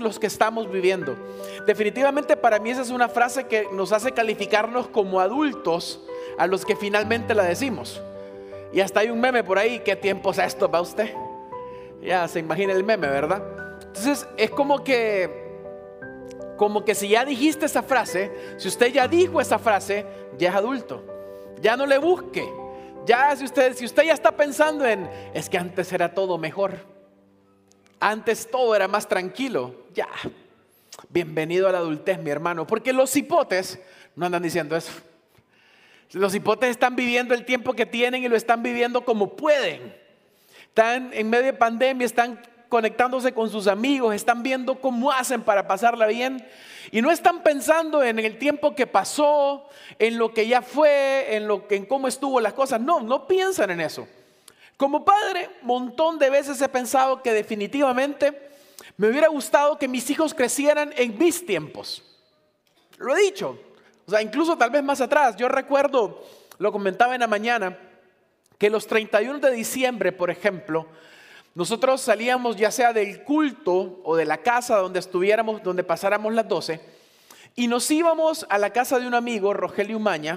los que estamos viviendo. Definitivamente para mí esa es una frase que nos hace calificarnos como adultos a los que finalmente la decimos. Y hasta hay un meme por ahí: ¿qué tiempos esto va usted? Ya se imagina el meme, ¿verdad? Entonces es como que si ya dijiste esa frase, si usted ya dijo esa frase, ya es adulto. Ya no le busque. Ya si usted ya está pensando en: es que antes era todo mejor, antes todo era más tranquilo. Ya, bienvenido a la adultez, mi hermano. Porque los hipotes no andan diciendo eso. Los hipotes están viviendo el tiempo que tienen y lo están viviendo como pueden. Están en medio de pandemia, están conectándose con sus amigos, están viendo cómo hacen para pasarla bien. Y no están pensando en el tiempo que pasó, en lo que ya fue, en cómo estuvo las cosas. No piensan en eso. Como padre, montón de veces he pensado que definitivamente me hubiera gustado que mis hijos crecieran en mis tiempos. Lo he dicho. O sea, incluso tal vez más atrás. Yo recuerdo, lo comentaba en la mañana, que los 31 de diciembre, por ejemplo, nosotros salíamos ya sea del culto o de la casa donde estuviéramos, donde pasáramos las 12, y nos íbamos a la casa de un amigo, Rogelio Umaña,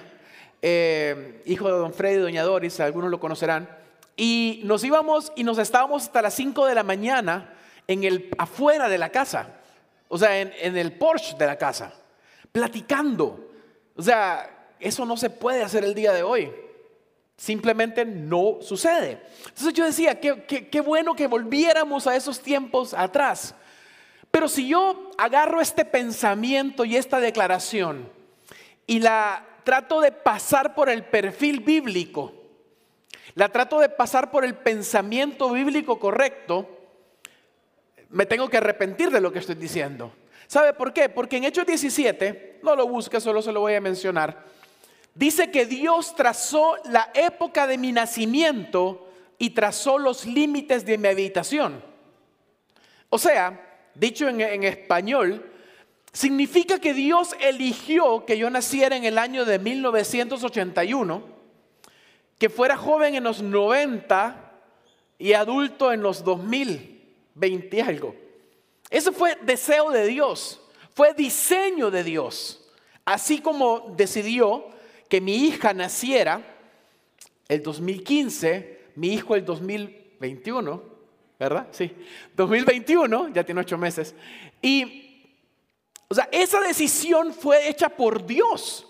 hijo de don Freddy y doña Doris, algunos lo conocerán, y nos íbamos y nos estábamos hasta las 5 de la mañana afuera de la casa, o sea, en el porche de la casa, platicando. O sea, eso no se puede hacer el día de hoy. Simplemente no sucede. Entonces yo decía, qué bueno que volviéramos a esos tiempos atrás. Pero si yo agarro este pensamiento y esta declaración y la trato de pasar por el perfil bíblico, la trato de pasar por el pensamiento bíblico correcto, me tengo que arrepentir de lo que estoy diciendo. ¿Sabe por qué? Porque en Hechos 17, no lo busque, solo se lo voy a mencionar, dice que Dios trazó la época de mi nacimiento y trazó los límites de mi habitación. O sea, dicho en español, significa que Dios eligió que yo naciera en el año de 1981, que fuera joven en los 90 y adulto en los 2020 y algo. Ese fue deseo de Dios, fue diseño de Dios. Así como decidió que mi hija naciera el 2015, mi hijo el 2021, ¿verdad? Sí, 2021, ya tiene 8 meses. Y, o sea, esa decisión fue hecha por Dios.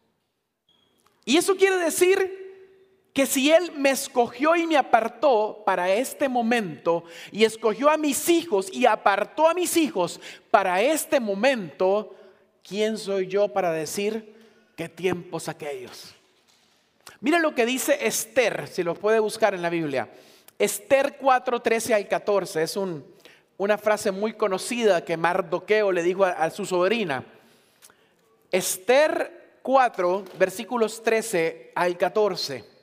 Y eso quiere decir que si Él me escogió y me apartó para este momento, y escogió a mis hijos y apartó a mis hijos para este momento, ¿quién soy yo para decir qué tiempos aquellos? Mira lo que dice Esther, si lo puede buscar en la Biblia. Esther 4, 13 al 14, es una frase muy conocida que Mardoqueo le dijo a su sobrina. Esther 4, versículos 13 al 14.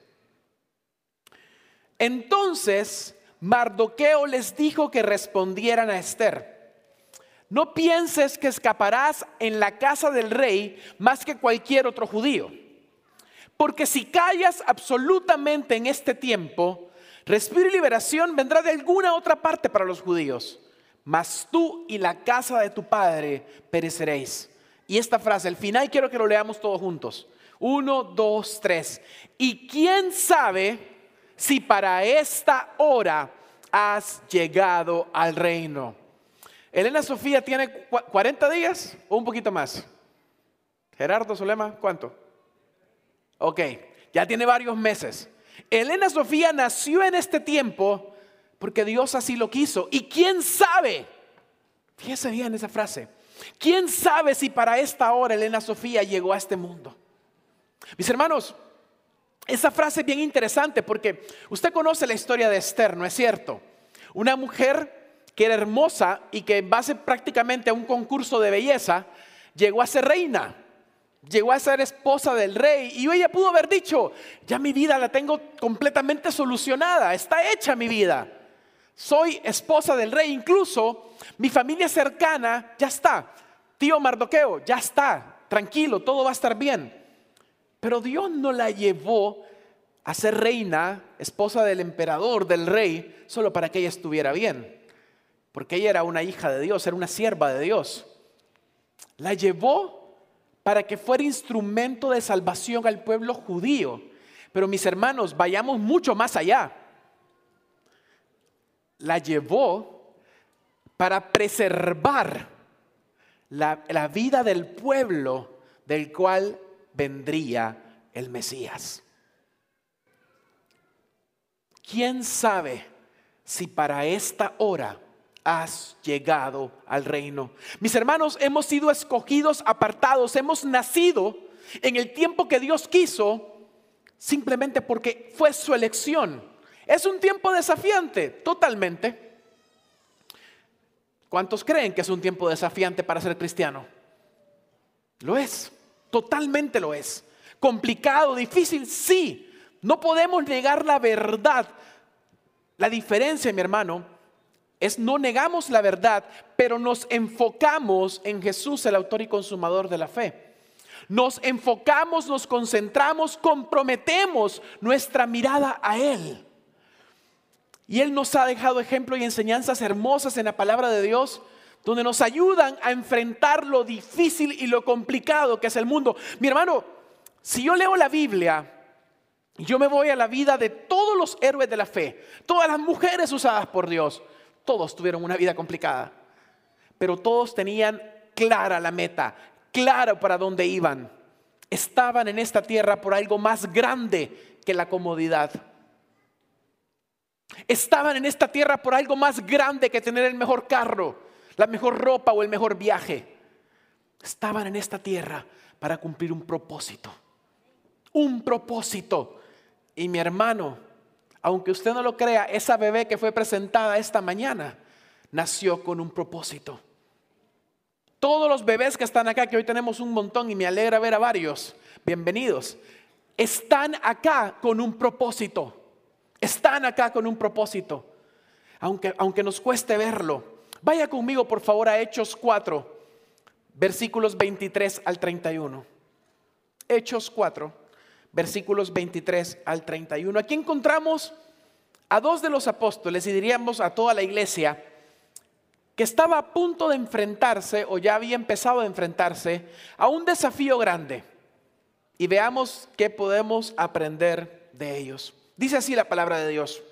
Entonces Mardoqueo les dijo que respondieran a Esther: no pienses que escaparás en la casa del rey más que cualquier otro judío, porque si callas absolutamente en este tiempo, respiro y liberación vendrá de alguna otra parte para los judíos, mas tú y la casa de tu padre pereceréis. Y esta frase, al final quiero que lo leamos todos juntos. 1, 2, 3. Y quién sabe si para esta hora has llegado al reino. Elena Sofía tiene 40 días o un poquito más. Gerardo Solema, ¿cuánto? Ok, ya tiene varios meses. Elena Sofía nació en este tiempo porque Dios así lo quiso. Y quién sabe, fíjese bien esa frase, quién sabe si para esta hora Elena Sofía llegó a este mundo. Mis hermanos, esa frase es bien interesante porque usted conoce la historia de Esther, ¿no es cierto? Una mujer que era hermosa y que en base prácticamente a un concurso de belleza llegó a ser reina, llegó a ser esposa del rey. Y ella pudo haber dicho: ya mi vida la tengo completamente solucionada, está hecha mi vida, soy esposa del rey, incluso mi familia cercana ya está, tío Mardoqueo ya está, tranquilo, todo va a estar bien. Pero Dios no la llevó a ser reina, esposa del emperador, del rey, solo para que ella estuviera bien. porque ella era una hija de Dios, era una sierva de Dios. La llevó para que fuera instrumento de salvación al pueblo judío. Pero mis hermanos, vayamos mucho más allá. La llevó para preservar la vida del pueblo del cual vendría el Mesías. ¿Quién sabe si para esta hora has llegado al reino? Mis hermanos, hemos sido escogidos, apartados, hemos nacido en el tiempo que Dios quiso, simplemente porque fue su elección. Es un tiempo desafiante, totalmente. ¿Cuántos creen que es un tiempo desafiante para ser cristiano? Lo es, totalmente lo es. Complicado, difícil, sí. No podemos negar la verdad. La diferencia, mi hermano, es no negamos la verdad, pero nos enfocamos en Jesús, el autor y consumador de la fe. Nos enfocamos, nos concentramos, comprometemos nuestra mirada a Él. Y Él nos ha dejado ejemplos y enseñanzas hermosas en la palabra de Dios, donde nos ayudan a enfrentar lo difícil y lo complicado que es el mundo. Mi hermano, si yo leo la Biblia, yo me voy a la vida de todos los héroes de la fe, todas las mujeres usadas por Dios, todos tuvieron una vida complicada, pero todos tenían clara la meta, claro para dónde iban. Estaban en esta tierra por algo más grande que la comodidad. Estaban en esta tierra por algo más grande que tener el mejor carro, la mejor ropa o el mejor viaje. Estaban en esta tierra para cumplir un propósito. Un propósito. Y mi hermano, aunque usted no lo crea, esa bebé que fue presentada esta mañana nació con un propósito. Todos los bebés que están acá, que hoy tenemos un montón y me alegra ver a varios, bienvenidos, están acá con un propósito. Están acá con un propósito, aunque nos cueste verlo. Vaya conmigo por favor a Hechos 4, versículos 23 al 31. Hechos 4, versículos 23 al 31. Aquí encontramos a dos de los apóstoles y diríamos a toda la iglesia que estaba a punto de enfrentarse o ya había empezado a enfrentarse a un desafío grande. Y veamos qué podemos aprender de ellos. Dice así la palabra de Dios.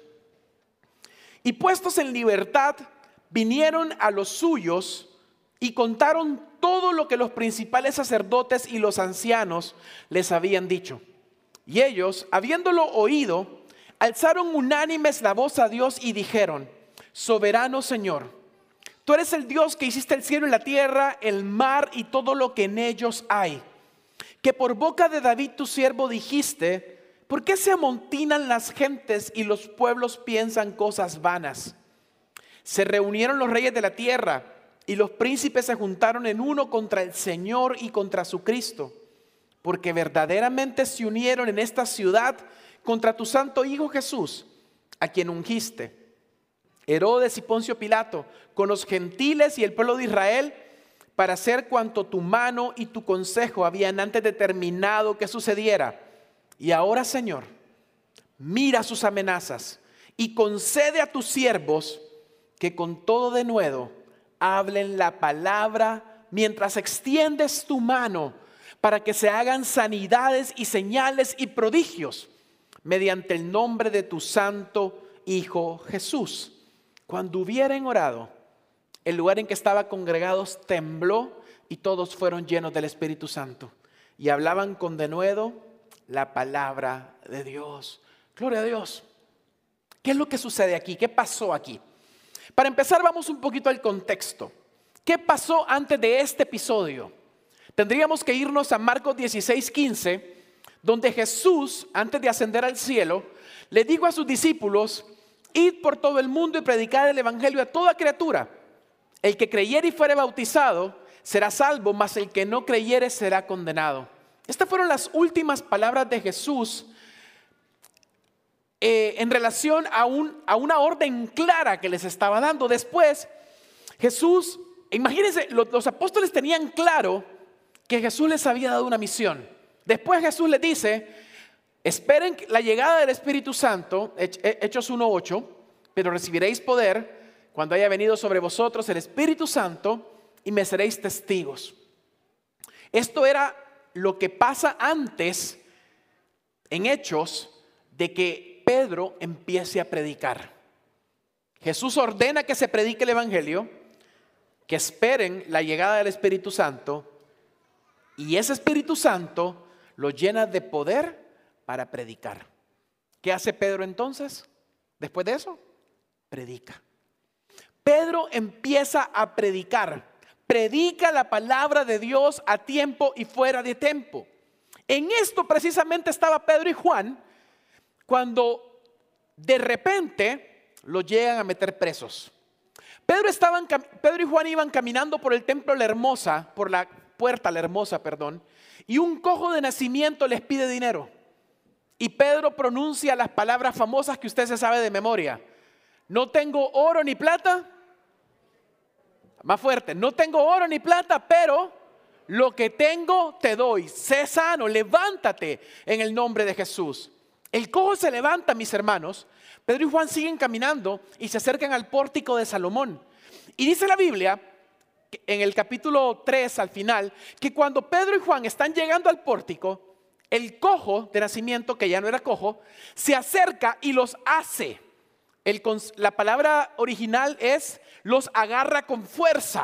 Y puestos en libertad, vinieron a los suyos y contaron todo lo que los principales sacerdotes y los ancianos les habían dicho. Y ellos, habiéndolo oído, alzaron unánimes la voz a Dios y dijeron: Soberano Señor, tú eres el Dios que hiciste el cielo y la tierra, el mar y todo lo que en ellos hay. Que por boca de David tu siervo dijiste: ¿por qué se amontinan las gentes y los pueblos piensan cosas vanas? Se reunieron los reyes de la tierra y los príncipes se juntaron en uno contra el Señor y contra su Cristo, porque verdaderamente se unieron en esta ciudad contra tu santo Hijo Jesús, a quien ungiste. Herodes y Poncio Pilato, con los gentiles y el pueblo de Israel, para hacer cuanto tu mano y tu consejo habían antes determinado que sucediera. Y ahora, Señor, mira sus amenazas y concede a tus siervos que con todo denuedo hablen la palabra mientras extiendes tu mano para que se hagan sanidades y señales y prodigios mediante el nombre de tu santo Hijo Jesús. Cuando hubieran orado, el lugar en que estaban congregados tembló y todos fueron llenos del Espíritu Santo y hablaban con denuedo la palabra de Dios. Gloria a Dios. ¿Qué es lo que sucede aquí? ¿Qué pasó aquí? Para empezar, vamos un poquito al contexto. ¿Qué pasó antes de este episodio? Tendríamos que irnos a Marcos 16:15, donde Jesús, antes de ascender al cielo, le dijo a sus discípulos: id por todo el mundo y predicad el evangelio a toda criatura. El que creyere y fuere bautizado será salvo, mas el que no creyere será condenado. Estas fueron las últimas palabras de Jesús en relación a una orden clara que les estaba dando. Después, Jesús, imagínense, los apóstoles tenían claro que Jesús les había dado una misión. Después Jesús les dice: esperen la llegada del Espíritu Santo, Hechos 1:8, pero recibiréis poder cuando haya venido sobre vosotros el Espíritu Santo y me seréis testigos. Esto era lo que pasa antes en Hechos de que Pedro empiece a predicar. Jesús ordena que se predique el Evangelio, que esperen la llegada del Espíritu Santo, y ese Espíritu Santo lo llena de poder para predicar. ¿Qué hace Pedro entonces? Después de eso, predica. Pedro empieza a predicar. Predica la palabra de Dios a tiempo y fuera de tiempo. En esto precisamente estaba Pedro y Juan cuando de repente los llegan a meter presos. Pedro y Juan iban caminando por el templo La Hermosa, por la puerta La Hermosa, y un cojo de nacimiento les pide dinero. Y Pedro pronuncia las palabras famosas que usted se sabe de memoria. No tengo oro ni plata. Más fuerte, no tengo oro ni plata, pero lo que tengo te doy. Sé sano, levántate en el nombre de Jesús. El cojo se levanta, mis hermanos. Pedro y Juan siguen caminando y se acercan al pórtico de Salomón. Y dice la Biblia, en el capítulo 3 al final, que cuando Pedro y Juan están llegando al pórtico, el cojo de nacimiento, que ya no era cojo, se acerca y los hace. La palabra original es los agarra con fuerza.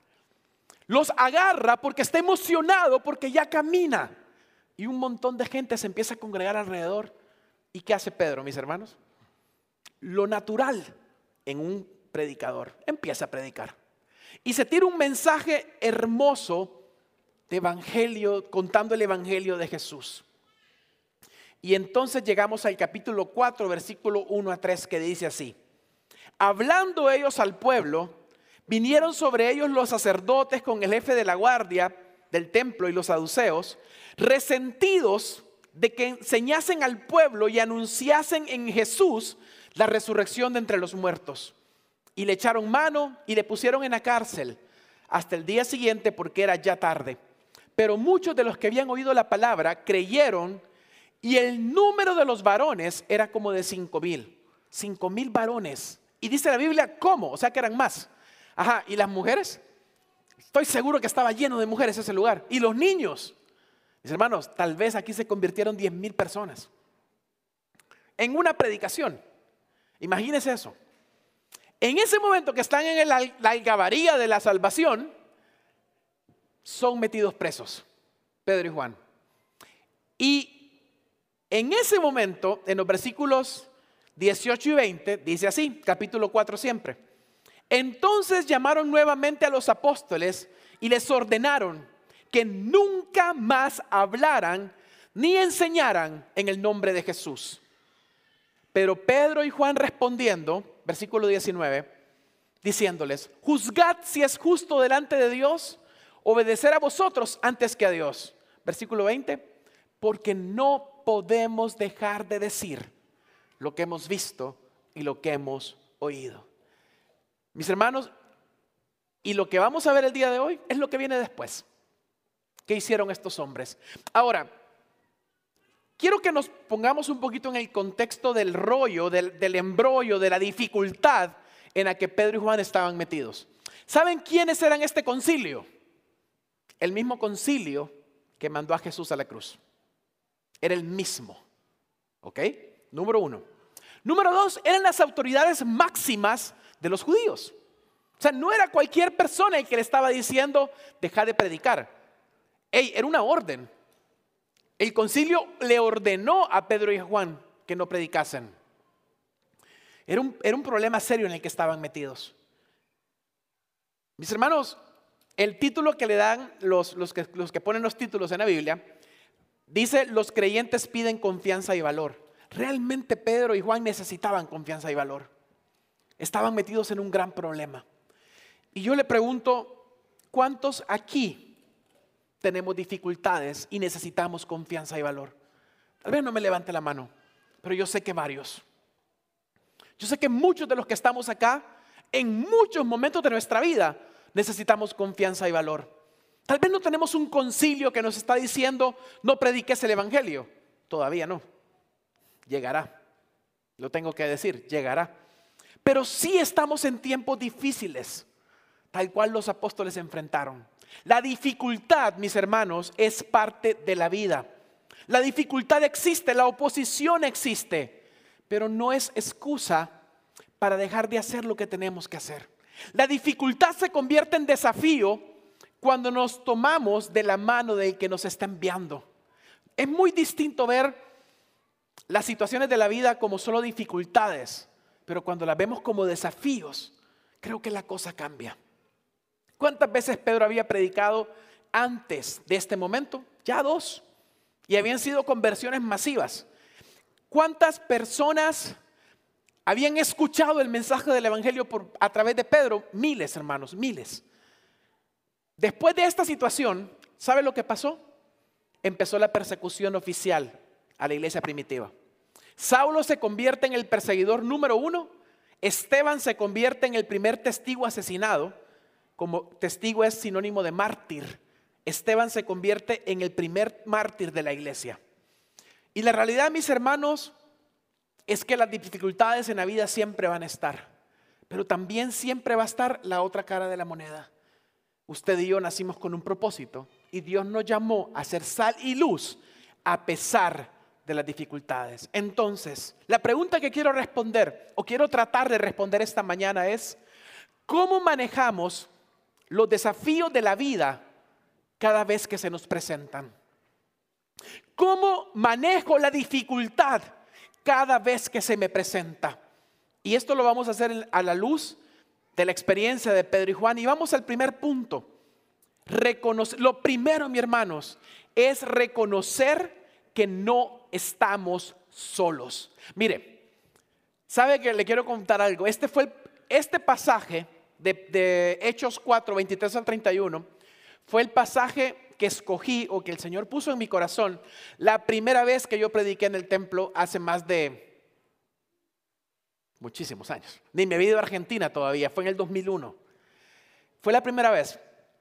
Los agarra porque está emocionado, porque ya camina. Y un montón de gente se empieza a congregar alrededor. ¿Y qué hace Pedro, mis hermanos? Lo natural en un predicador. Empieza a predicar. Y se tira un mensaje hermoso de evangelio, contando el evangelio de Jesús. Y entonces llegamos al capítulo 4, versículo 1 a 3, que dice así: hablando ellos al pueblo, vinieron sobre ellos los sacerdotes con el jefe de la guardia del templo y los saduceos, resentidos de que enseñasen al pueblo y anunciasen en Jesús la resurrección de entre los muertos. Y le echaron mano y le pusieron en la cárcel hasta el día siguiente, porque era ya tarde. Pero muchos de los que habían oído la palabra creyeron, y el número de los varones era como de 5,000 varones. Y dice la Biblia, ¿cómo? O sea que eran más. Ajá, ¿y las mujeres? Estoy seguro que estaba lleno de mujeres ese lugar. ¿Y los niños? Mis hermanos, tal vez aquí se convirtieron 10,000 personas en una predicación. Imagínense eso. En ese momento que están en la algarabía de la salvación, son metidos presos Pedro y Juan. Y en ese momento, en los versículos 18 y 20, dice así, capítulo 4 siempre: entonces llamaron nuevamente a los apóstoles y les ordenaron que nunca más hablaran ni enseñaran en el nombre de Jesús. Pero Pedro y Juan respondiendo, versículo 19, diciéndoles: juzgad si es justo delante de Dios obedecer a vosotros antes que a Dios. Versículo 20, porque no podemos dejar de decir lo que hemos visto y lo que hemos oído. Mis hermanos, y lo que vamos a ver el día de hoy es lo que viene después. ¿Qué hicieron estos hombres? Ahora, quiero que nos pongamos un poquito en el contexto del rollo, del embrollo, de la dificultad en la que Pedro y Juan estaban metidos. ¿Saben quiénes eran este concilio? El mismo concilio que mandó a Jesús a la cruz. Era el mismo. ¿Ok? Número 1. Número 2, eran las autoridades máximas de los judíos. O sea, no era cualquier persona el que le estaba diciendo: deja de predicar. Era una orden. El concilio le ordenó a Pedro y a Juan que no predicasen. Era un problema serio en el que estaban metidos. Mis hermanos, el título que le dan los que ponen los títulos en la Biblia dice: los creyentes piden confianza y valor. Realmente Pedro y Juan necesitaban confianza y valor. Estaban metidos en un gran problema. Y yo le pregunto, ¿cuántos aquí tenemos dificultades y necesitamos confianza y valor? Tal vez no me levante la mano, pero yo sé que varios. Yo sé que muchos de los que estamos acá, en muchos momentos de nuestra vida, necesitamos confianza y valor. Tal vez no tenemos un concilio que nos está diciendo: no prediques el evangelio. Todavía no. Llegará. Lo tengo que decir, llegará. Pero sí estamos en tiempos difíciles, tal cual los apóstoles enfrentaron. La dificultad, mis hermanos, es parte de la vida. La dificultad existe, la oposición existe, pero no es excusa para dejar de hacer lo que tenemos que hacer. La dificultad se convierte en desafío cuando nos tomamos de la mano del que nos está enviando. Es muy distinto ver las situaciones de la vida como solo dificultades, pero cuando las vemos como desafíos, creo que la cosa cambia. ¿Cuántas veces Pedro había predicado antes de este momento? Ya 2. Y habían sido conversiones masivas. ¿Cuántas personas habían escuchado el mensaje del evangelio a través de Pedro? Miles, hermanos, miles. Después de esta situación, ¿sabe lo que pasó? Empezó la persecución oficial a la iglesia primitiva. Saulo se convierte en el perseguidor número 1. Esteban se convierte en el primer testigo asesinado. Como testigo es sinónimo de mártir. Esteban se convierte en el primer mártir de la iglesia. Y la realidad, mis hermanos, es que las dificultades en la vida siempre van a estar, pero también siempre va a estar la otra cara de la moneda. Usted y yo nacimos con un propósito y Dios nos llamó a ser sal y luz a pesar de las dificultades. Entonces, la pregunta que quiero responder o quiero tratar de responder esta mañana es: ¿cómo manejamos los desafíos de la vida cada vez que se nos presentan? ¿Cómo manejo la dificultad cada vez que se me presenta? Y esto lo vamos a hacer a la luz de la experiencia de Pedro y Juan. Y vamos al primer punto. Lo primero, mis hermanos, es reconocer que no estamos solos. Mire, ¿sabe que le quiero contar algo? Este pasaje de Hechos 4, 23 al 31 fue el pasaje que escogí o que el Señor puso en mi corazón la primera vez que yo prediqué en el templo hace más de muchísimos años. Ni me había ido a Argentina todavía, fue en el 2001. Fue la primera vez.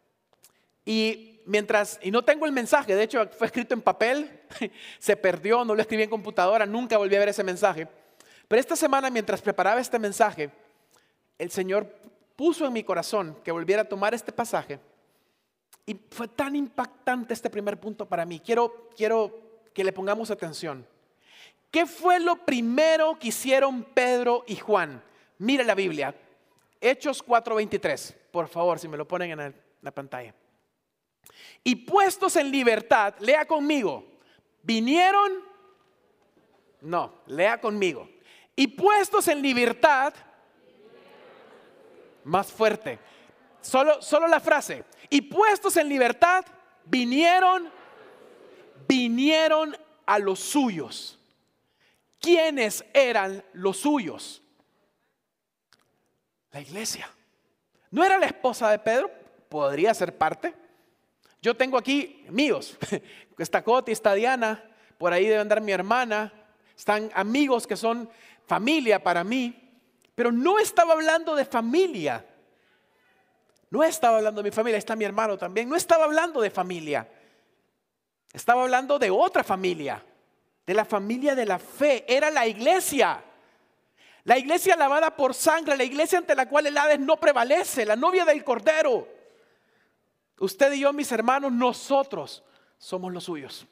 Y no tengo el mensaje, de hecho fue escrito en papel, se perdió, no lo escribí en computadora, nunca volví a ver ese mensaje. Pero esta semana, mientras preparaba este mensaje, el Señor puso en mi corazón que volviera a tomar este pasaje. Y fue tan impactante este primer punto para mí. Quiero que le pongamos atención. ¿Qué fue lo primero que hicieron Pedro y Juan? Mire la Biblia, Hechos 4:23. Por favor, si me lo ponen en la pantalla. Y puestos en libertad, lea conmigo. Lea conmigo. Y puestos en libertad, más fuerte. Solo la frase. Y puestos en libertad, vinieron a los suyos. ¿Quiénes eran los suyos? La iglesia. ¿No era la esposa de Pedro? Podría ser parte. Yo tengo aquí míos. Está Coti, está Diana. Por ahí debe andar mi hermana. Están amigos que son familia para mí. Pero no estaba hablando de familia. No estaba hablando de mi familia, está mi hermano también. No estaba hablando de familia. Estaba hablando de otra familia, de la familia de la fe. Era la iglesia. La iglesia lavada por sangre, la iglesia ante la cual el Hades no prevalece, la novia del Cordero. Usted y yo, mis hermanos, nosotros somos los suyos.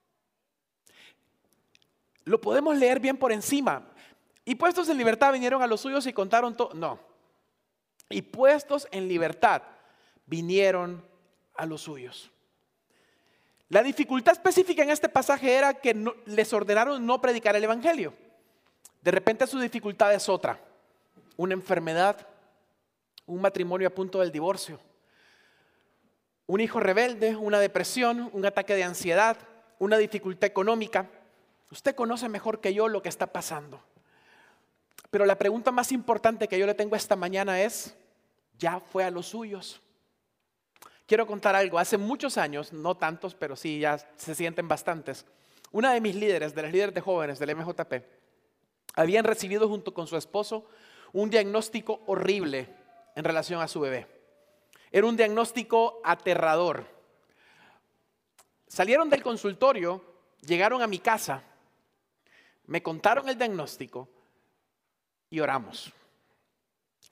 Lo podemos leer bien por encima. Y puestos en libertad vinieron a los suyos y contaron todo. No. Y puestos en libertad vinieron a los suyos. La dificultad específica en este pasaje era que les ordenaron no predicar el evangelio. De repente su dificultad es otra: una enfermedad, un matrimonio a punto del divorcio, un hijo rebelde, una depresión, un ataque de ansiedad, una dificultad económica. Usted conoce mejor que yo lo que está pasando. Pero la pregunta más importante que yo le tengo esta mañana es: ¿ya fue a los suyos? Quiero contar algo. Hace muchos años, no tantos, pero sí ya se sienten bastantes. Una de mis líderes, de las líderes de jóvenes del MJP, habían recibido junto con su esposo un diagnóstico horrible en relación a su bebé. Era un diagnóstico aterrador. Salieron del consultorio, llegaron a mi casa, me contaron el diagnóstico y oramos.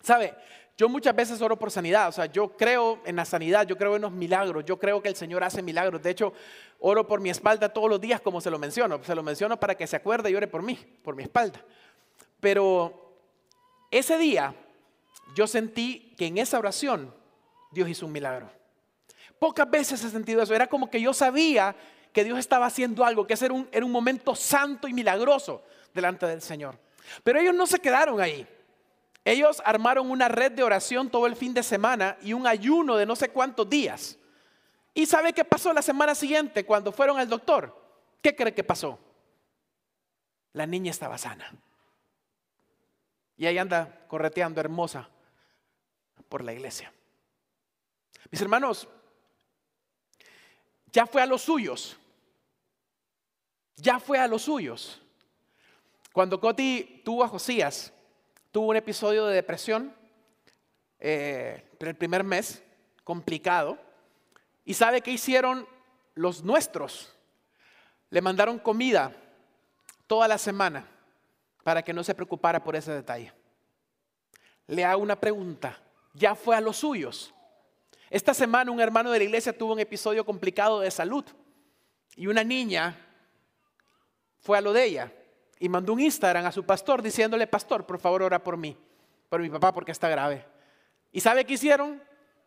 ¿Sabe? Yo muchas veces oro por sanidad, o sea, yo creo en la sanidad, yo creo en los milagros, yo creo que el Señor hace milagros. De hecho, oro por mi espalda todos los días como se lo menciono para que se acuerde y ore por mí, por mi espalda. Pero ese día yo sentí que en esa oración Dios hizo un milagro. Pocas veces he sentido eso, era como que yo sabía que Dios estaba haciendo algo, que ese era un momento santo y milagroso delante del Señor. Pero ellos no se quedaron ahí. Ellos armaron una red de oración todo el fin de semana y un ayuno de no sé cuántos días. ¿Y sabe qué pasó la semana siguiente cuando fueron al doctor? ¿Qué cree que pasó? La niña estaba sana. Y ahí anda correteando hermosa por la iglesia. Mis hermanos, ya fue a los suyos. Ya fue a los suyos. Cuando Coti tuvo a Josías, tuvo un episodio de depresión pero el primer mes, complicado. ¿Y sabe qué hicieron los nuestros? Le mandaron comida toda la semana para que no se preocupara por ese detalle. Le hago una pregunta, ¿ya fue a los suyos? Esta semana un hermano de la iglesia tuvo un episodio complicado de salud y una niña fue a lo de ella y mandó un Instagram a su pastor diciéndole: pastor, por favor ora por mí, por mi papá porque está grave. ¿Y sabe qué hicieron?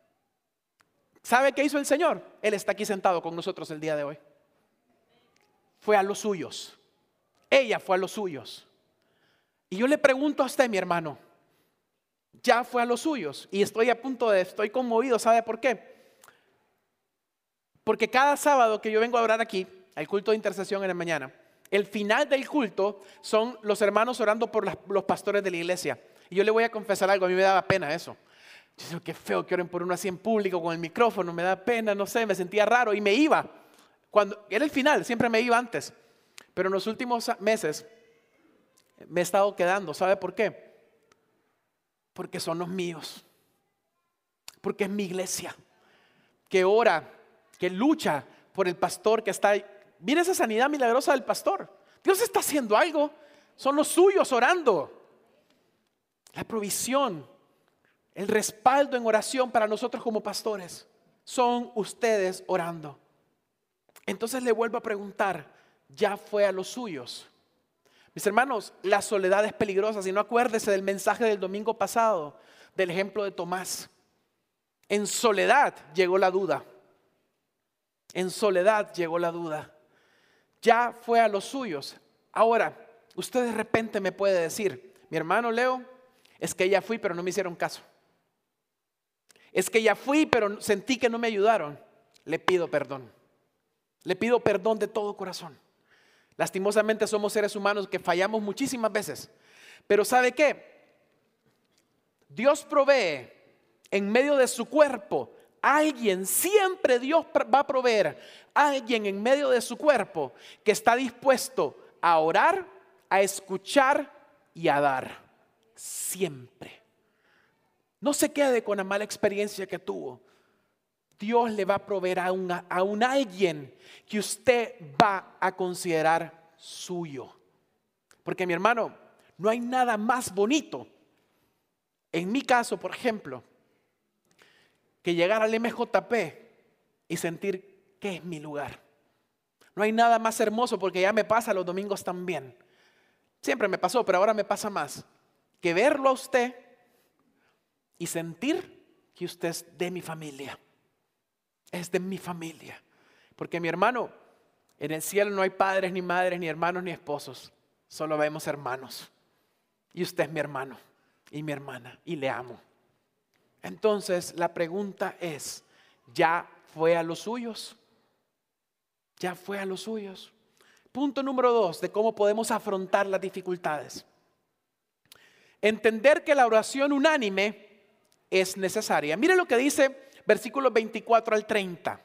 ¿Sabe qué hizo el Señor? Él está aquí sentado con nosotros el día de hoy. Fue a los suyos. Ella fue a los suyos. Y yo le pregunto a usted, mi hermano, ya fue a los suyos. Y estoy conmovido. ¿Sabe por qué? Porque cada sábado que yo vengo a orar aquí, al culto de intercesión en la mañana, el final del culto son los hermanos orando por los pastores de la iglesia. Y yo le voy a confesar algo, a mí me daba pena eso. Yo digo, qué feo que oren por uno así en público con el micrófono, me da pena, no sé, me sentía raro y me iba. Cuando era el final, siempre me iba antes. Pero en los últimos meses me he estado quedando. ¿Sabe por qué? Porque son los míos. Porque es mi iglesia que ora, que lucha por el pastor que está ahí. Mira esa sanidad milagrosa del pastor. Dios está haciendo algo. Son los suyos orando. La provisión, el respaldo en oración para nosotros como pastores, son ustedes orando. Entonces le vuelvo a preguntar, ¿ya fue a los suyos? Mis hermanos, la soledad es peligrosa. Si no, acuérdese del mensaje del domingo pasado, del ejemplo de Tomás. En soledad llegó la duda. En soledad llegó la duda. Ya fue a los suyos. Ahora, usted de repente me puede decir: mi hermano Leo, es que ya fui pero no me hicieron caso. Es que ya fui pero sentí que no me ayudaron. Le pido perdón. Le pido perdón de todo corazón. Lastimosamente somos seres humanos que fallamos muchísimas veces. Pero ¿sabe qué? Dios provee en medio de su cuerpo. Alguien, siempre Dios va a proveer a alguien en medio de su cuerpo que está dispuesto a orar, a escuchar y a dar. Siempre. No se quede con la mala experiencia que tuvo. Dios le va a proveer a un alguien que usted va a considerar suyo. Porque mi hermano, no hay nada más bonito. En mi caso, por ejemplo, que llegar al MJP y sentir que es mi lugar. No hay nada más hermoso, porque ya me pasa los domingos también. Siempre me pasó, pero ahora me pasa más. Que verlo a usted y sentir que usted es de mi familia. Es de mi familia. Porque mi hermano, en el cielo no hay padres, ni madres, ni hermanos, ni esposos. Solo vemos hermanos. Y usted es mi hermano y mi hermana y le amo. Entonces la pregunta es, ¿ya fue a los suyos? ¿Ya fue a los suyos? Punto número 2 de cómo podemos afrontar las dificultades. Entender que la oración unánime es necesaria. Mire lo que dice versículos 24 al 30.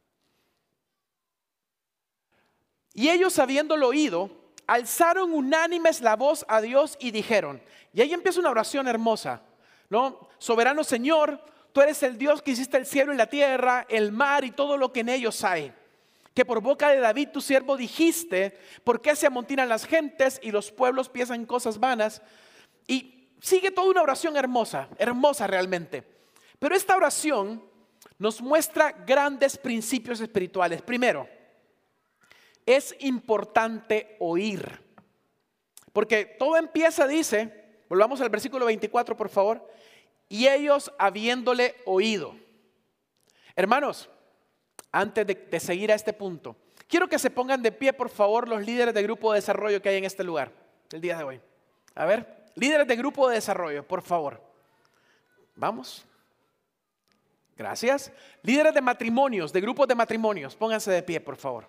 Y ellos, habiéndolo oído, alzaron unánimes la voz a Dios y dijeron, y ahí empieza una oración hermosa, ¿no? Soberano Señor, tú eres el Dios que hiciste el cielo y la tierra, el mar y todo lo que en ellos hay. Que por boca de David tu siervo dijiste, ¿por qué se amontinan las gentes y los pueblos piensan cosas vanas? Y sigue toda una oración hermosa, hermosa realmente. Pero esta oración nos muestra grandes principios espirituales. Primero, es importante oír. Porque todo empieza, dice, volvamos al versículo 24 por favor, y ellos habiéndole oído. Hermanos, antes de seguir a este punto, quiero que se pongan de pie por favor los líderes de grupo de desarrollo que hay en este lugar, el día de hoy. A ver, líderes de grupo de desarrollo, por favor. Vamos. Gracias. Líderes de matrimonios, de grupos de matrimonios, pónganse de pie por favor.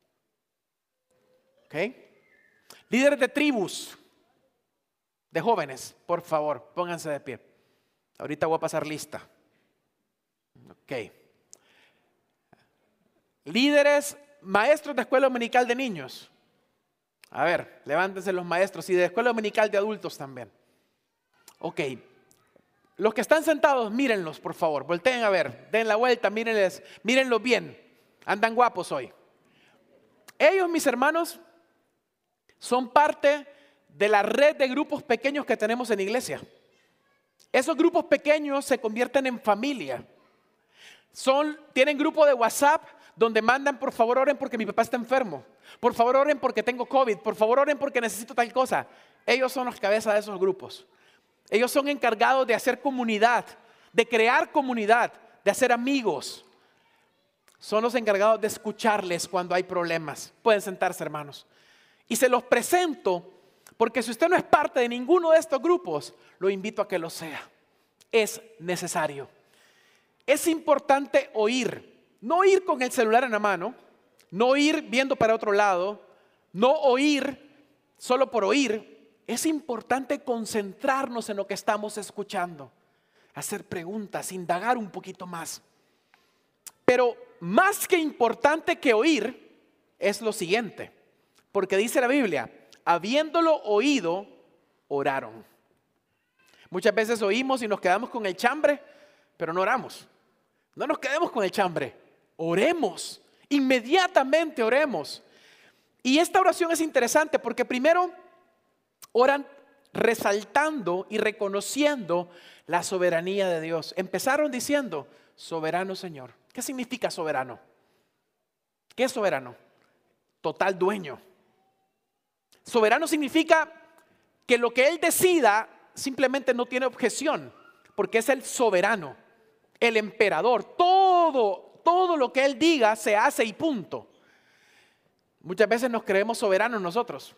¿Ok? Líderes de tribus, de jóvenes, por favor, pónganse de pie. Ahorita voy a pasar lista. Ok. Líderes, maestros de escuela dominical de niños. A ver, levántense los maestros y de escuela dominical de adultos también. Ok. Los que están sentados, mírenlos, por favor. Volteen a ver, den la vuelta, mírenlos bien. Andan guapos hoy. Ellos, mis hermanos, son parte de la red de grupos pequeños que tenemos en iglesia. Esos grupos pequeños se convierten en familia. Tienen grupo de WhatsApp donde mandan, por favor oren porque mi papá está enfermo. Por favor oren porque tengo COVID. Por favor oren porque necesito tal cosa. Ellos son las cabezas de esos grupos. Ellos son encargados de hacer comunidad, de crear comunidad, de hacer amigos. Son los encargados de escucharles cuando hay problemas. Pueden sentarse, hermanos. Y se los presento porque si usted no es parte de ninguno de estos grupos, lo invito a que lo sea. Es necesario. Es importante oír. No oír con el celular en la mano, no oír viendo para otro lado, no oír solo por oír. Es importante concentrarnos en lo que estamos escuchando, hacer preguntas, indagar un poquito más. Pero más que importante que oír es lo siguiente, porque dice la Biblia, habiéndolo oído, oraron. Muchas veces oímos y nos quedamos con el chambre, pero no oramos. No nos quedemos con el chambre, oremos, inmediatamente oremos. Y esta oración es interesante porque primero oran resaltando y reconociendo la soberanía de Dios. Empezaron diciendo, soberano Señor. ¿Qué significa soberano? ¿Qué es soberano? Total dueño. Soberano significa que lo que Él decida simplemente no tiene objeción, porque es el soberano, el emperador. Todo lo que Él diga se hace y punto. Muchas veces nos creemos soberanos nosotros.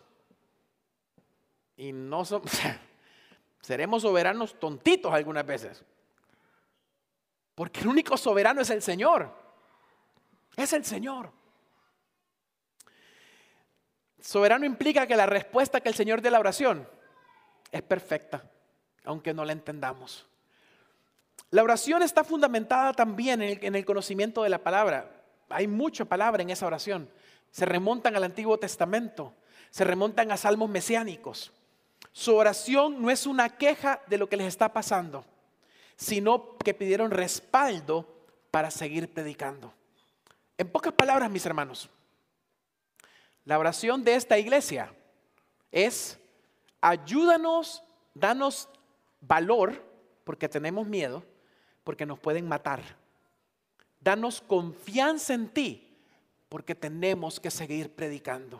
Y no somos, seremos soberanos tontitos algunas veces. Porque el único soberano es el Señor. Es el Señor. Soberano implica que la respuesta que el Señor dé a la oración es perfecta, aunque no la entendamos. La oración está fundamentada también en el conocimiento de la palabra. Hay mucha palabra en esa oración. Se remontan al Antiguo Testamento, se remontan a salmos mesiánicos. Su oración no es una queja de lo que les está pasando, sino que pidieron respaldo para seguir predicando. En pocas palabras, mis hermanos, la oración de esta iglesia es: ayúdanos, danos valor, porque tenemos miedo, porque nos pueden matar. Danos confianza en ti, porque tenemos que seguir predicando.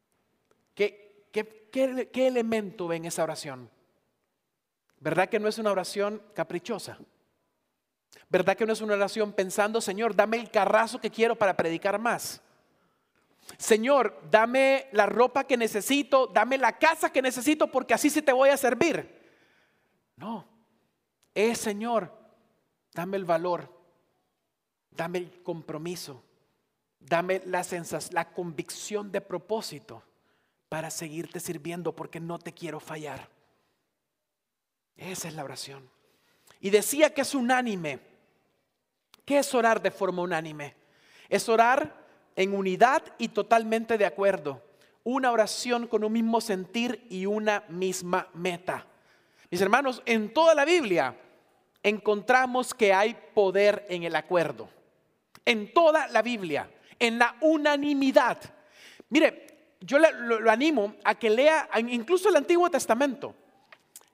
¿Qué elemento ve en esa oración? ¿Verdad que no es una oración caprichosa? ¿Verdad que no es una oración pensando, Señor, dame el carrazo que quiero para predicar más? Señor, dame la ropa que necesito, dame la casa que necesito porque así sí te voy a servir. No, Señor, dame el valor, dame el compromiso, dame la convicción de propósito para seguirte sirviendo porque no te quiero fallar. Esa es la oración. Y decía que es unánime. ¿Qué es orar de forma unánime? Es orar en unidad y totalmente de acuerdo. Una oración con un mismo sentir y una misma meta. Mis hermanos, en toda la Biblia encontramos que hay poder en el acuerdo. En toda la Biblia, en la unanimidad. Mire, yo lo animo a que lea incluso el Antiguo Testamento.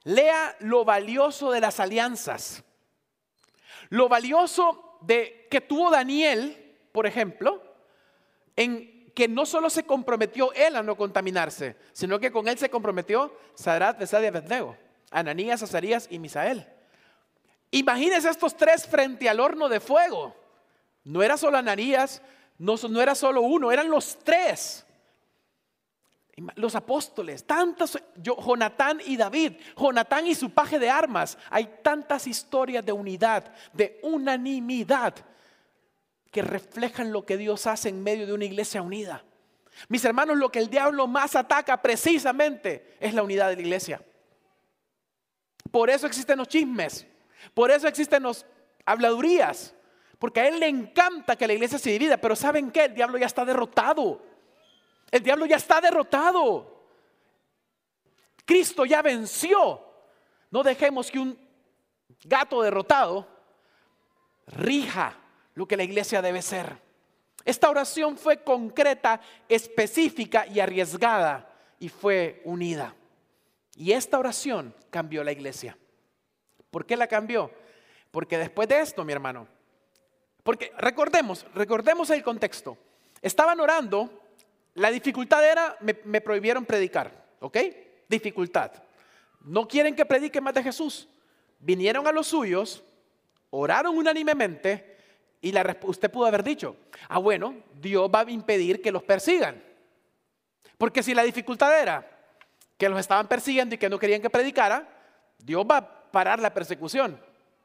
Lea lo valioso de las alianzas. Lo valioso de que tuvo Daniel, por ejemplo, en que no solo se comprometió él a no contaminarse, sino que con él se comprometió Sadrach, Mesach y Abednego, Ananías, Azarías y Misael. Imagínense estos tres frente al horno de fuego. No era solo Ananías, no era solo uno, eran los tres. Los apóstoles, Jonatán y David, Jonatán y su paje de armas. Hay tantas historias de unidad, de unanimidad, que reflejan lo que Dios hace en medio de una iglesia unida. Mis hermanos, lo que el diablo más ataca precisamente es la unidad de la iglesia. Por eso existen los chismes, por eso existen las habladurías, porque a él le encanta que la iglesia se divida. Pero ¿saben qué? El diablo ya está derrotado. El diablo ya está derrotado. Cristo ya venció. No dejemos que un gato derrotado rija lo que la iglesia debe ser. Esta oración fue concreta, específica y arriesgada, y fue unida. Y esta oración cambió la iglesia. ¿Por qué la cambió? Porque después de esto, mi hermano, porque recordemos el contexto. Estaban orando. La dificultad era, me prohibieron predicar, ¿ok? Dificultad. No quieren que predique más de Jesús. Vinieron a los suyos, oraron unánimemente y usted pudo haber dicho, bueno, Dios va a impedir que los persigan. Porque si la dificultad era que los estaban persiguiendo y que no querían que predicara, Dios va a parar la persecución.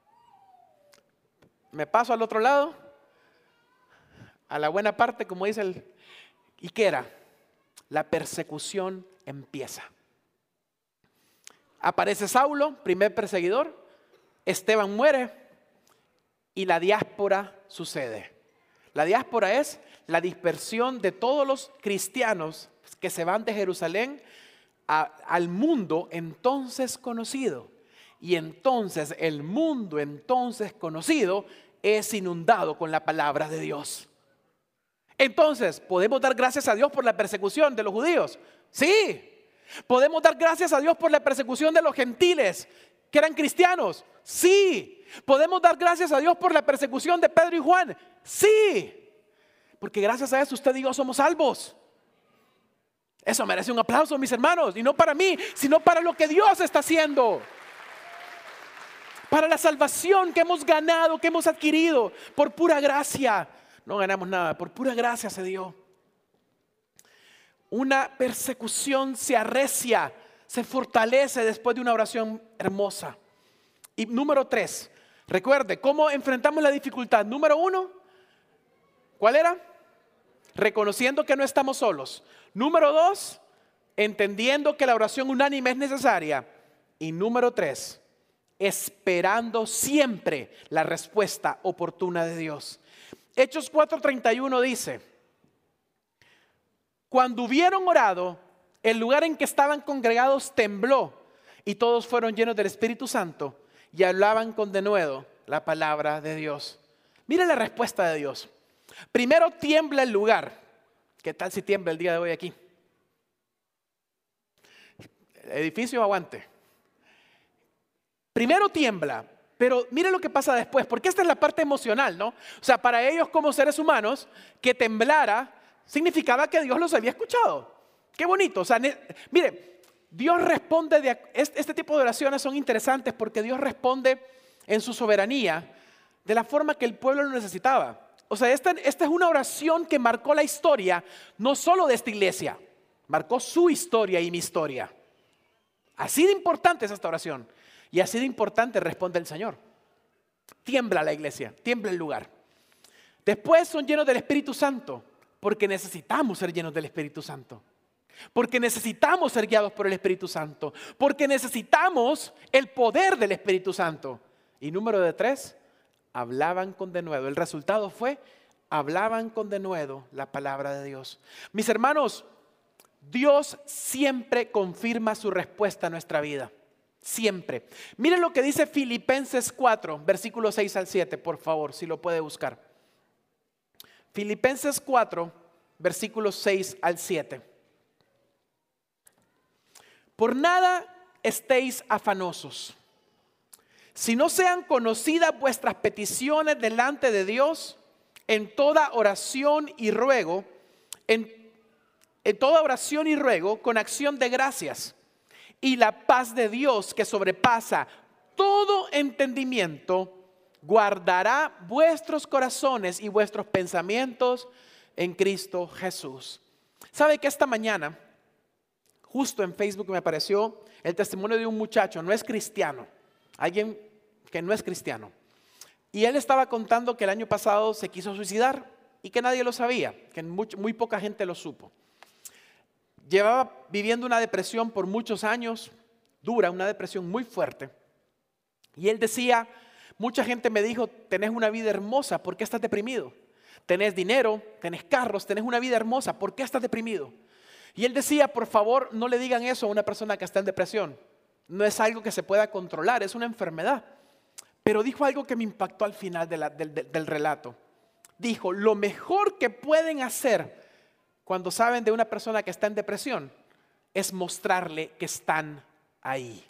Me paso al otro lado, a la buena parte, como dice el... ¿Y qué era? La persecución empieza. Aparece Saulo, primer perseguidor. Esteban muere y la diáspora sucede. La diáspora es la dispersión de todos los cristianos que se van de Jerusalén al mundo entonces conocido. Y entonces el mundo entonces conocido es inundado con la palabra de Dios. Entonces, ¿podemos dar gracias a Dios por la persecución de los judíos? Sí. ¿Podemos dar gracias a Dios por la persecución de los gentiles que eran cristianos? Sí. ¿Podemos dar gracias a Dios por la persecución de Pedro y Juan? Sí. Porque gracias a eso usted y yo somos salvos. Eso merece un aplauso, mis hermanos. Y no para mí, sino para lo que Dios está haciendo. Para la salvación que hemos ganado, que hemos adquirido por pura gracia. No ganamos nada, por pura gracia se dio. Una persecución se arrecia, se fortalece después de una oración hermosa. Y número 3, recuerde, ¿cómo enfrentamos la dificultad? Número 1, ¿cuál era? Reconociendo que no estamos solos. Número 2, entendiendo que la oración unánime es necesaria. Y número 3, esperando siempre la respuesta oportuna de Dios. Hechos 4:31 dice: cuando hubieron orado, el lugar en que estaban congregados tembló y todos fueron llenos del Espíritu Santo y hablaban con denuedo la palabra de Dios. Mire la respuesta de Dios. Primero tiembla el lugar. ¿Qué tal si tiembla el día de hoy aquí? El edificio aguante. Primero tiembla. Pero mire lo que pasa después, porque esta es la parte emocional, ¿no? O sea, para ellos como seres humanos, que temblara significaba que Dios los había escuchado. Qué bonito. O sea, mire, Dios responde, este tipo de oraciones son interesantes porque Dios responde en su soberanía de la forma que el pueblo lo necesitaba. O sea, esta es una oración que marcó la historia, no solo de esta iglesia, marcó su historia y mi historia. Así de importante es esta oración. Y así de importante responde el Señor. Tiembla la iglesia, tiembla el lugar. Después son llenos del Espíritu Santo, porque necesitamos ser llenos del Espíritu Santo. Porque necesitamos ser guiados por el Espíritu Santo. Porque necesitamos el poder del Espíritu Santo. Y número 3, hablaban con denuedo. El resultado fue, hablaban con denuedo la palabra de Dios. Mis hermanos, Dios siempre confirma su respuesta a nuestra vida. Siempre. Miren lo que dice Filipenses 4, versículos 6 al 7, por favor, si lo puede buscar. Filipenses 4, versículos 6 al 7. Por nada estéis afanosos, sino sean conocidas vuestras peticiones delante de Dios en toda oración y ruego, en toda oración y ruego con acción de gracias. Y la paz de Dios, que sobrepasa todo entendimiento, guardará vuestros corazones y vuestros pensamientos en Cristo Jesús. ¿Sabe que esta mañana, justo en Facebook me apareció el testimonio de un muchacho, no es cristiano, alguien que no es cristiano? Y él estaba contando que el año pasado se quiso suicidar y que nadie lo sabía, que muy poca gente lo supo. Llevaba viviendo una depresión por muchos años, dura, una depresión muy fuerte. Y él decía, mucha gente me dijo, tenés una vida hermosa, ¿por qué estás deprimido? Tenés dinero, tenés carros, tenés una vida hermosa, ¿por qué estás deprimido? Y él decía, por favor, no le digan eso a una persona que está en depresión. No es algo que se pueda controlar, es una enfermedad. Pero dijo algo que me impactó al final del relato. Dijo, lo mejor que pueden hacer cuando saben de una persona que está en depresión es mostrarle que están ahí.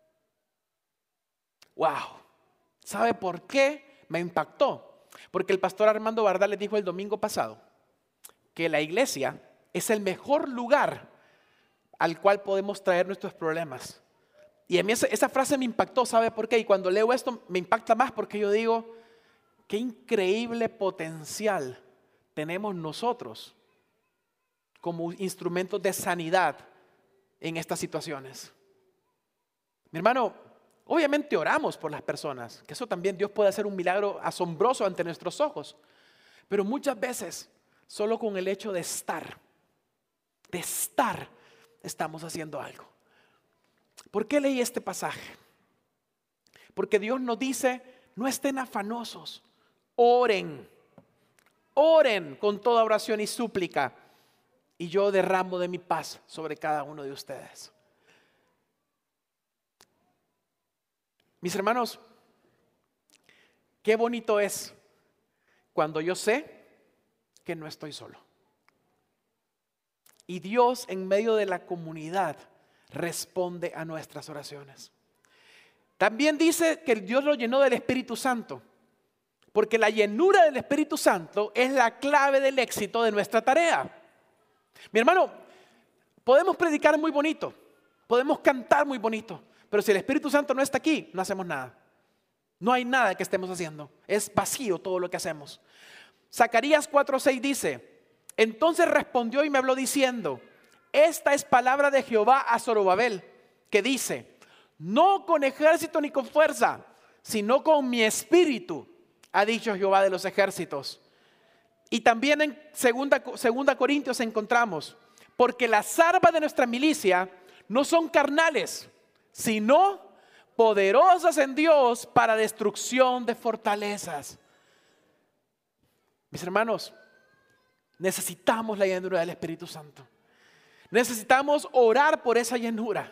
¡Wow! ¿Sabe por qué me impactó? Porque el pastor Armando Bardal les dijo el domingo pasado que la iglesia es el mejor lugar al cual podemos traer nuestros problemas. Y a mí esa frase me impactó, ¿sabe por qué? Y cuando leo esto me impacta más porque yo digo, qué increíble potencial tenemos nosotros como instrumentos de sanidad en estas situaciones. Mi hermano, obviamente oramos por las personas, que eso también Dios puede hacer un milagro asombroso ante nuestros ojos. Pero muchas veces, solo con el hecho de estar, estamos haciendo algo. ¿Por qué leí este pasaje? Porque Dios nos dice, no estén afanosos, oren con toda oración y súplica, y yo derramo de mi paz sobre cada uno de ustedes. Mis hermanos, qué bonito es cuando yo sé que no estoy solo. Y Dios en medio de la comunidad responde a nuestras oraciones. También dice que Dios lo llenó del Espíritu Santo, porque la llenura del Espíritu Santo es la clave del éxito de nuestra tarea. Mi hermano, podemos predicar muy bonito, podemos cantar muy bonito, pero si el Espíritu Santo no está aquí, no hacemos nada. No hay nada que estemos haciendo. Es vacío todo lo que hacemos. Zacarías 4:6 dice, entonces respondió y me habló diciendo, esta es palabra de Jehová a Zorobabel, que dice, no con ejército ni con fuerza, sino con mi espíritu, ha dicho Jehová de los ejércitos. Y también en 2 Corintios encontramos, porque las armas de nuestra milicia no son carnales, sino poderosas en Dios para destrucción de fortalezas. Mis hermanos, necesitamos la llenura del Espíritu Santo. Necesitamos orar por esa llenura.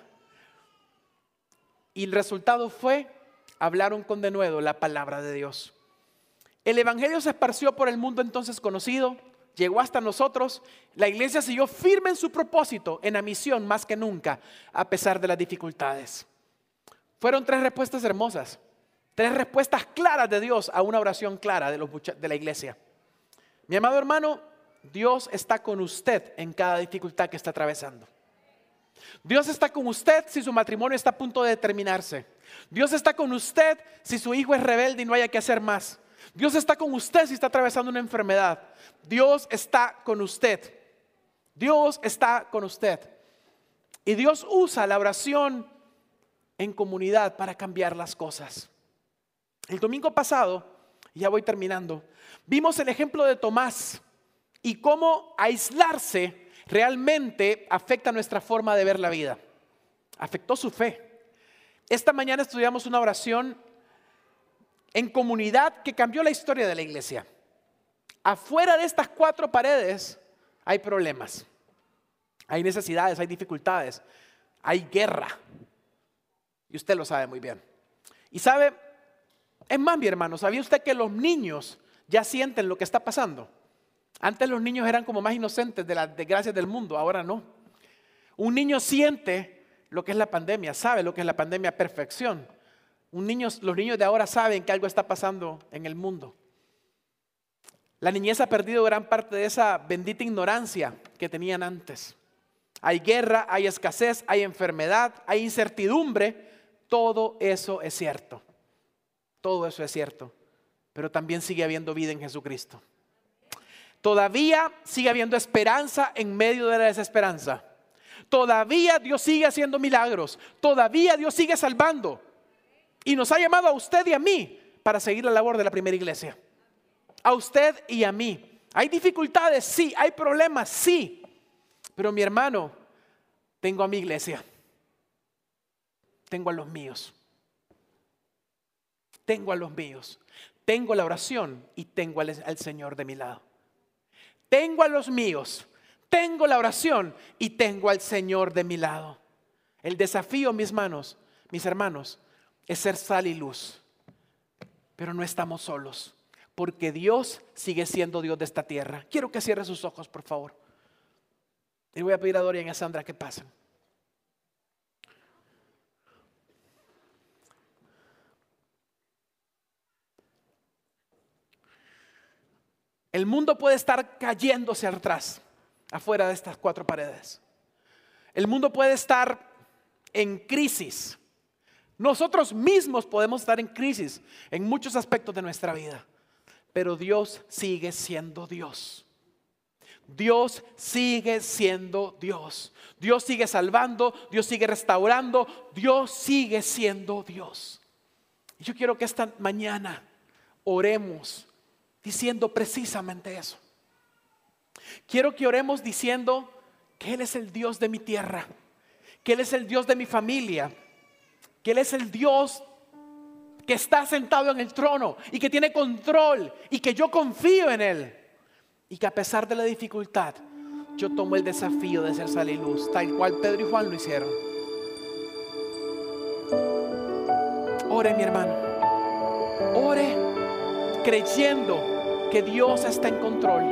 Y el resultado fue, hablaron con denuedo la palabra de Dios. El evangelio se esparció por el mundo entonces conocido, llegó hasta nosotros. La iglesia siguió firme en su propósito, en la misión más que nunca, a pesar de las dificultades. Fueron 3 respuestas hermosas, 3 respuestas claras de Dios a una oración clara de la iglesia. Mi amado hermano, Dios está con usted en cada dificultad que está atravesando. Dios está con usted si su matrimonio está a punto de terminarse. Dios está con usted si su hijo es rebelde y no haya que hacer más. Dios está con usted si está atravesando una enfermedad. Dios está con usted. Dios está con usted. Y Dios usa la oración en comunidad para cambiar las cosas. El domingo pasado, ya voy terminando, vimos el ejemplo de Tomás y cómo aislarse realmente afecta nuestra forma de ver la vida. Afectó su fe. Esta mañana estudiamos una oración en comunidad que cambió la historia de la iglesia. Afuera de estas 4 paredes hay problemas, hay necesidades, hay dificultades, hay guerra. Y usted lo sabe muy bien. Y sabe, es más, mi hermano, ¿sabía usted que los niños ya sienten lo que está pasando? Antes los niños eran como más inocentes de las desgracias del mundo, ahora no. Un niño siente lo que es la pandemia, sabe lo que es la pandemia a perfección. Los niños de ahora saben que algo está pasando en el mundo. La niñez ha perdido gran parte de esa bendita ignorancia que tenían antes. Hay guerra, hay escasez, hay enfermedad, hay incertidumbre. Todo eso es cierto. Todo eso es cierto. Pero también sigue habiendo vida en Jesucristo. Todavía sigue habiendo esperanza en medio de la desesperanza. Todavía Dios sigue haciendo milagros. Todavía Dios sigue salvando. Y nos ha llamado a usted y a mí para seguir la labor de la primera iglesia. A usted y a mí. Hay dificultades, sí. Hay problemas, sí. Pero mi hermano, tengo a mi iglesia. Tengo a los míos. Tengo a los míos. Tengo la oración y tengo al Señor de mi lado. Tengo a los míos. Tengo la oración y tengo al Señor de mi lado. El desafío, mis hermanos, es ser sal y luz. Pero no estamos solos, porque Dios sigue siendo Dios de esta tierra. Quiero que cierre sus ojos, por favor. Y voy a pedir a Dorian y a Sandra que pasen. El mundo puede estar cayéndose atrás, afuera de estas cuatro paredes. El mundo puede estar en crisis. Nosotros mismos podemos estar en crisis en muchos aspectos de nuestra vida. Pero Dios sigue siendo Dios. Dios sigue siendo Dios. Dios sigue salvando, Dios sigue restaurando, Dios sigue siendo Dios. Y yo quiero que esta mañana oremos diciendo precisamente eso. Quiero que oremos diciendo que Él es el Dios de mi tierra, que Él es el Dios de mi familia, que Él es el Dios que está sentado en el trono y que tiene control y que yo confío en Él. Y que a pesar de la dificultad, yo tomo el desafío de ser sal y luz, tal cual Pedro y Juan lo hicieron. Ore, mi hermano. Ore creyendo que Dios está en control.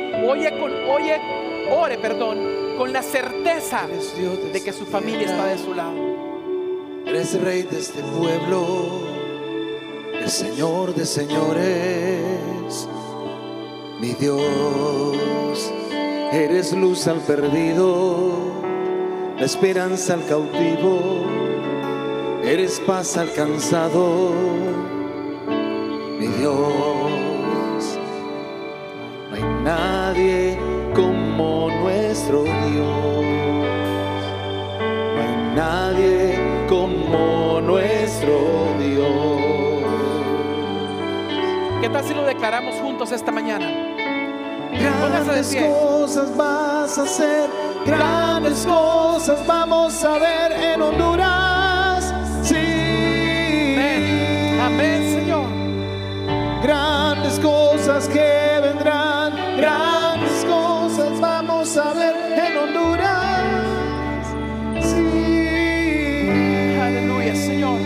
Ore, con la certeza de que su familia está de su lado. Eres rey de este pueblo, el Señor de señores. Mi Dios, eres luz al perdido, la esperanza al cautivo, eres paz al cansado. Mi Dios, no hay nadie como nuestro Dios, no hay nadie como nuestro Dios. ¿Qué tal si lo declaramos juntos esta mañana? Grandes cosas vas a hacer, grandes cosas vamos a ver en Honduras. Sí, amén, amén, Señor. Grandes cosas que vendrán, grandes cosas vamos a ver en Honduras. Sí, aleluya, Señor.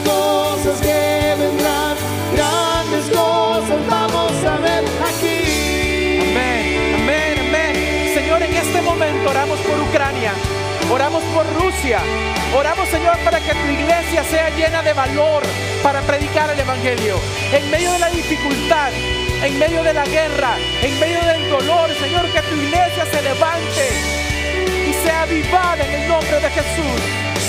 cosas que vendrán, grandes cosas vamos a ver aquí. Oramos por Rusia. Oramos, Señor, para que tu iglesia sea llena de valor para predicar el evangelio. En medio de la dificultad, en medio de la guerra, en medio del dolor, Señor, que tu iglesia se levante y sea avivada en el nombre de Jesús.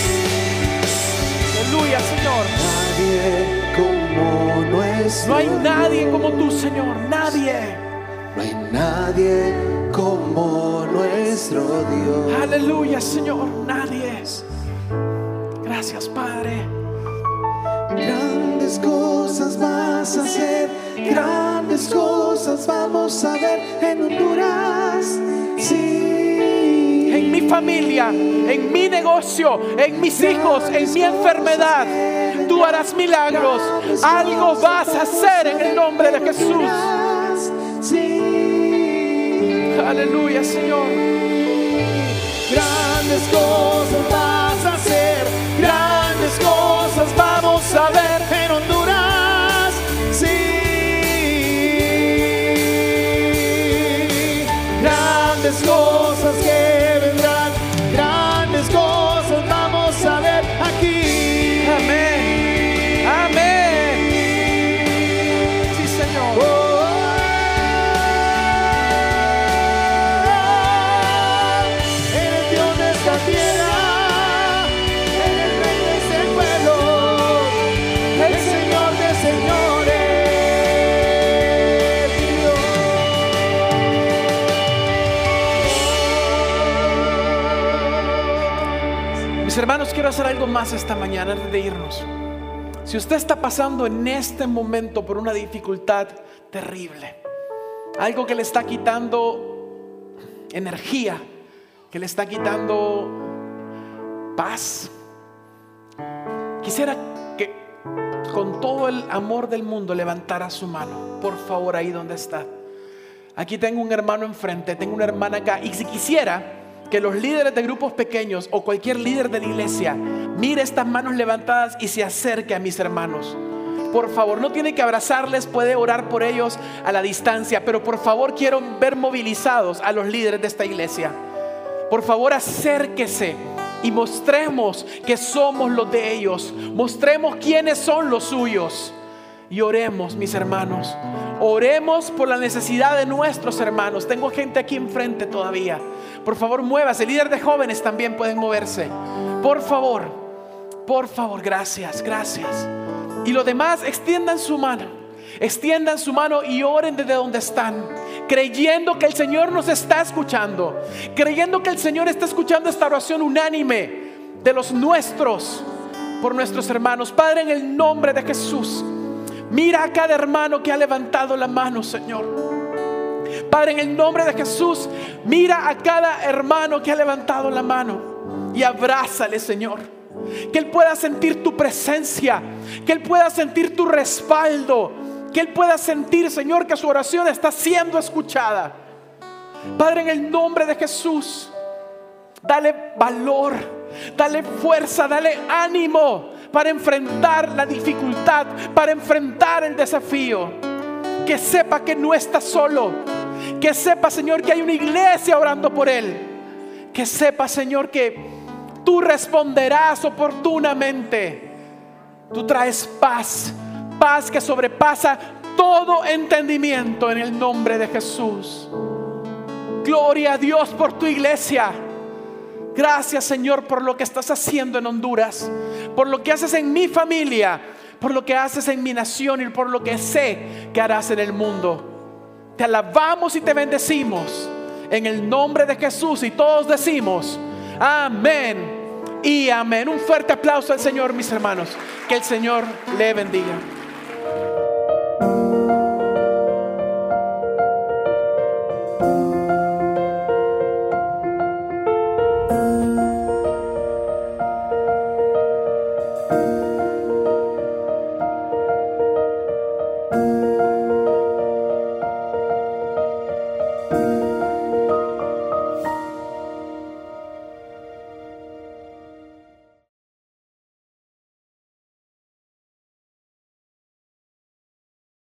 Aleluya, Señor. Nadie como nuestro No hay nadie como tú, Señor. Nadie. No hay nadie como nuestro Dios. Aleluya, Señor. Nadie. Gracias, Padre. Grandes cosas vas a hacer, grandes cosas vamos a ver en Honduras. Sí. En mi familia, en mi negocio, en mis hijos, en mi enfermedad, tú harás milagros. Algo vas a hacer en el nombre de Jesús. Sí. Aleluya, Señor. Grandes cosas vas a hacer, grandes cosas vamos a ver en Honduras. Sí. Grandes cosas que vendrán, grandes cosas vamos a ver aquí. Amén. Amén. Sí, Señor. Eres Dios de esta tierra, eres Rey de este pueblo, el Señor de señores. Mis hermanos, quiero hacer algo más esta mañana antes de irnos. Si usted está pasando en este momento por una dificultad terrible, algo que le está quitando energía, que le está quitando paz, quisiera que con todo el amor del mundo levantara su mano, por favor, ahí donde está. Aquí tengo un hermano enfrente, tengo una hermana acá, y si quisiera que los líderes de grupos pequeños o cualquier líder de la iglesia mire estas manos levantadas y se acerque a mis hermanos. Por favor, no tiene que abrazarles, puede orar por ellos a la distancia, pero por favor quiero ver movilizados a los líderes de esta iglesia. Por favor, acérquese y mostremos que somos los de ellos. Mostremos quiénes son los suyos. Y oremos, mis hermanos. Oremos por la necesidad de nuestros hermanos. Tengo gente aquí enfrente todavía. Por favor, muévase. El líder de jóvenes también pueden moverse. Por favor, gracias, gracias. Y los demás, extiendan su mano. Extiendan su mano y oren desde donde están, creyendo que el Señor nos está escuchando, creyendo que el Señor está escuchando esta oración unánime de los nuestros, por nuestros hermanos. Padre, en el nombre de Jesús, mira a cada hermano que ha levantado la mano, Señor. Padre, en el nombre de Jesús, mira a cada hermano que ha levantado la mano y abrázale, Señor. Que Él pueda sentir tu presencia, que Él pueda sentir tu respaldo, que Él pueda sentir, Señor, que su oración está siendo escuchada. Padre, en el nombre de Jesús, dale valor, dale fuerza, dale ánimo para enfrentar la dificultad, para enfrentar el desafío. Que sepa que no está solo, que sepa, Señor, que hay una iglesia orando por él, que sepa, Señor, que tú responderás oportunamente. Tú traes paz, paz que sobrepasa todo entendimiento, en el nombre de Jesús. Gloria a Dios por tu iglesia. Gracias, Señor, por lo que estás haciendo en Honduras, por lo que haces en mi familia, por lo que haces en mi nación y por lo que sé que harás en el mundo. Te alabamos y te bendecimos en el nombre de Jesús, y todos decimos amén y amén. Un fuerte aplauso al Señor, mis hermanos. Que el Señor le bendiga.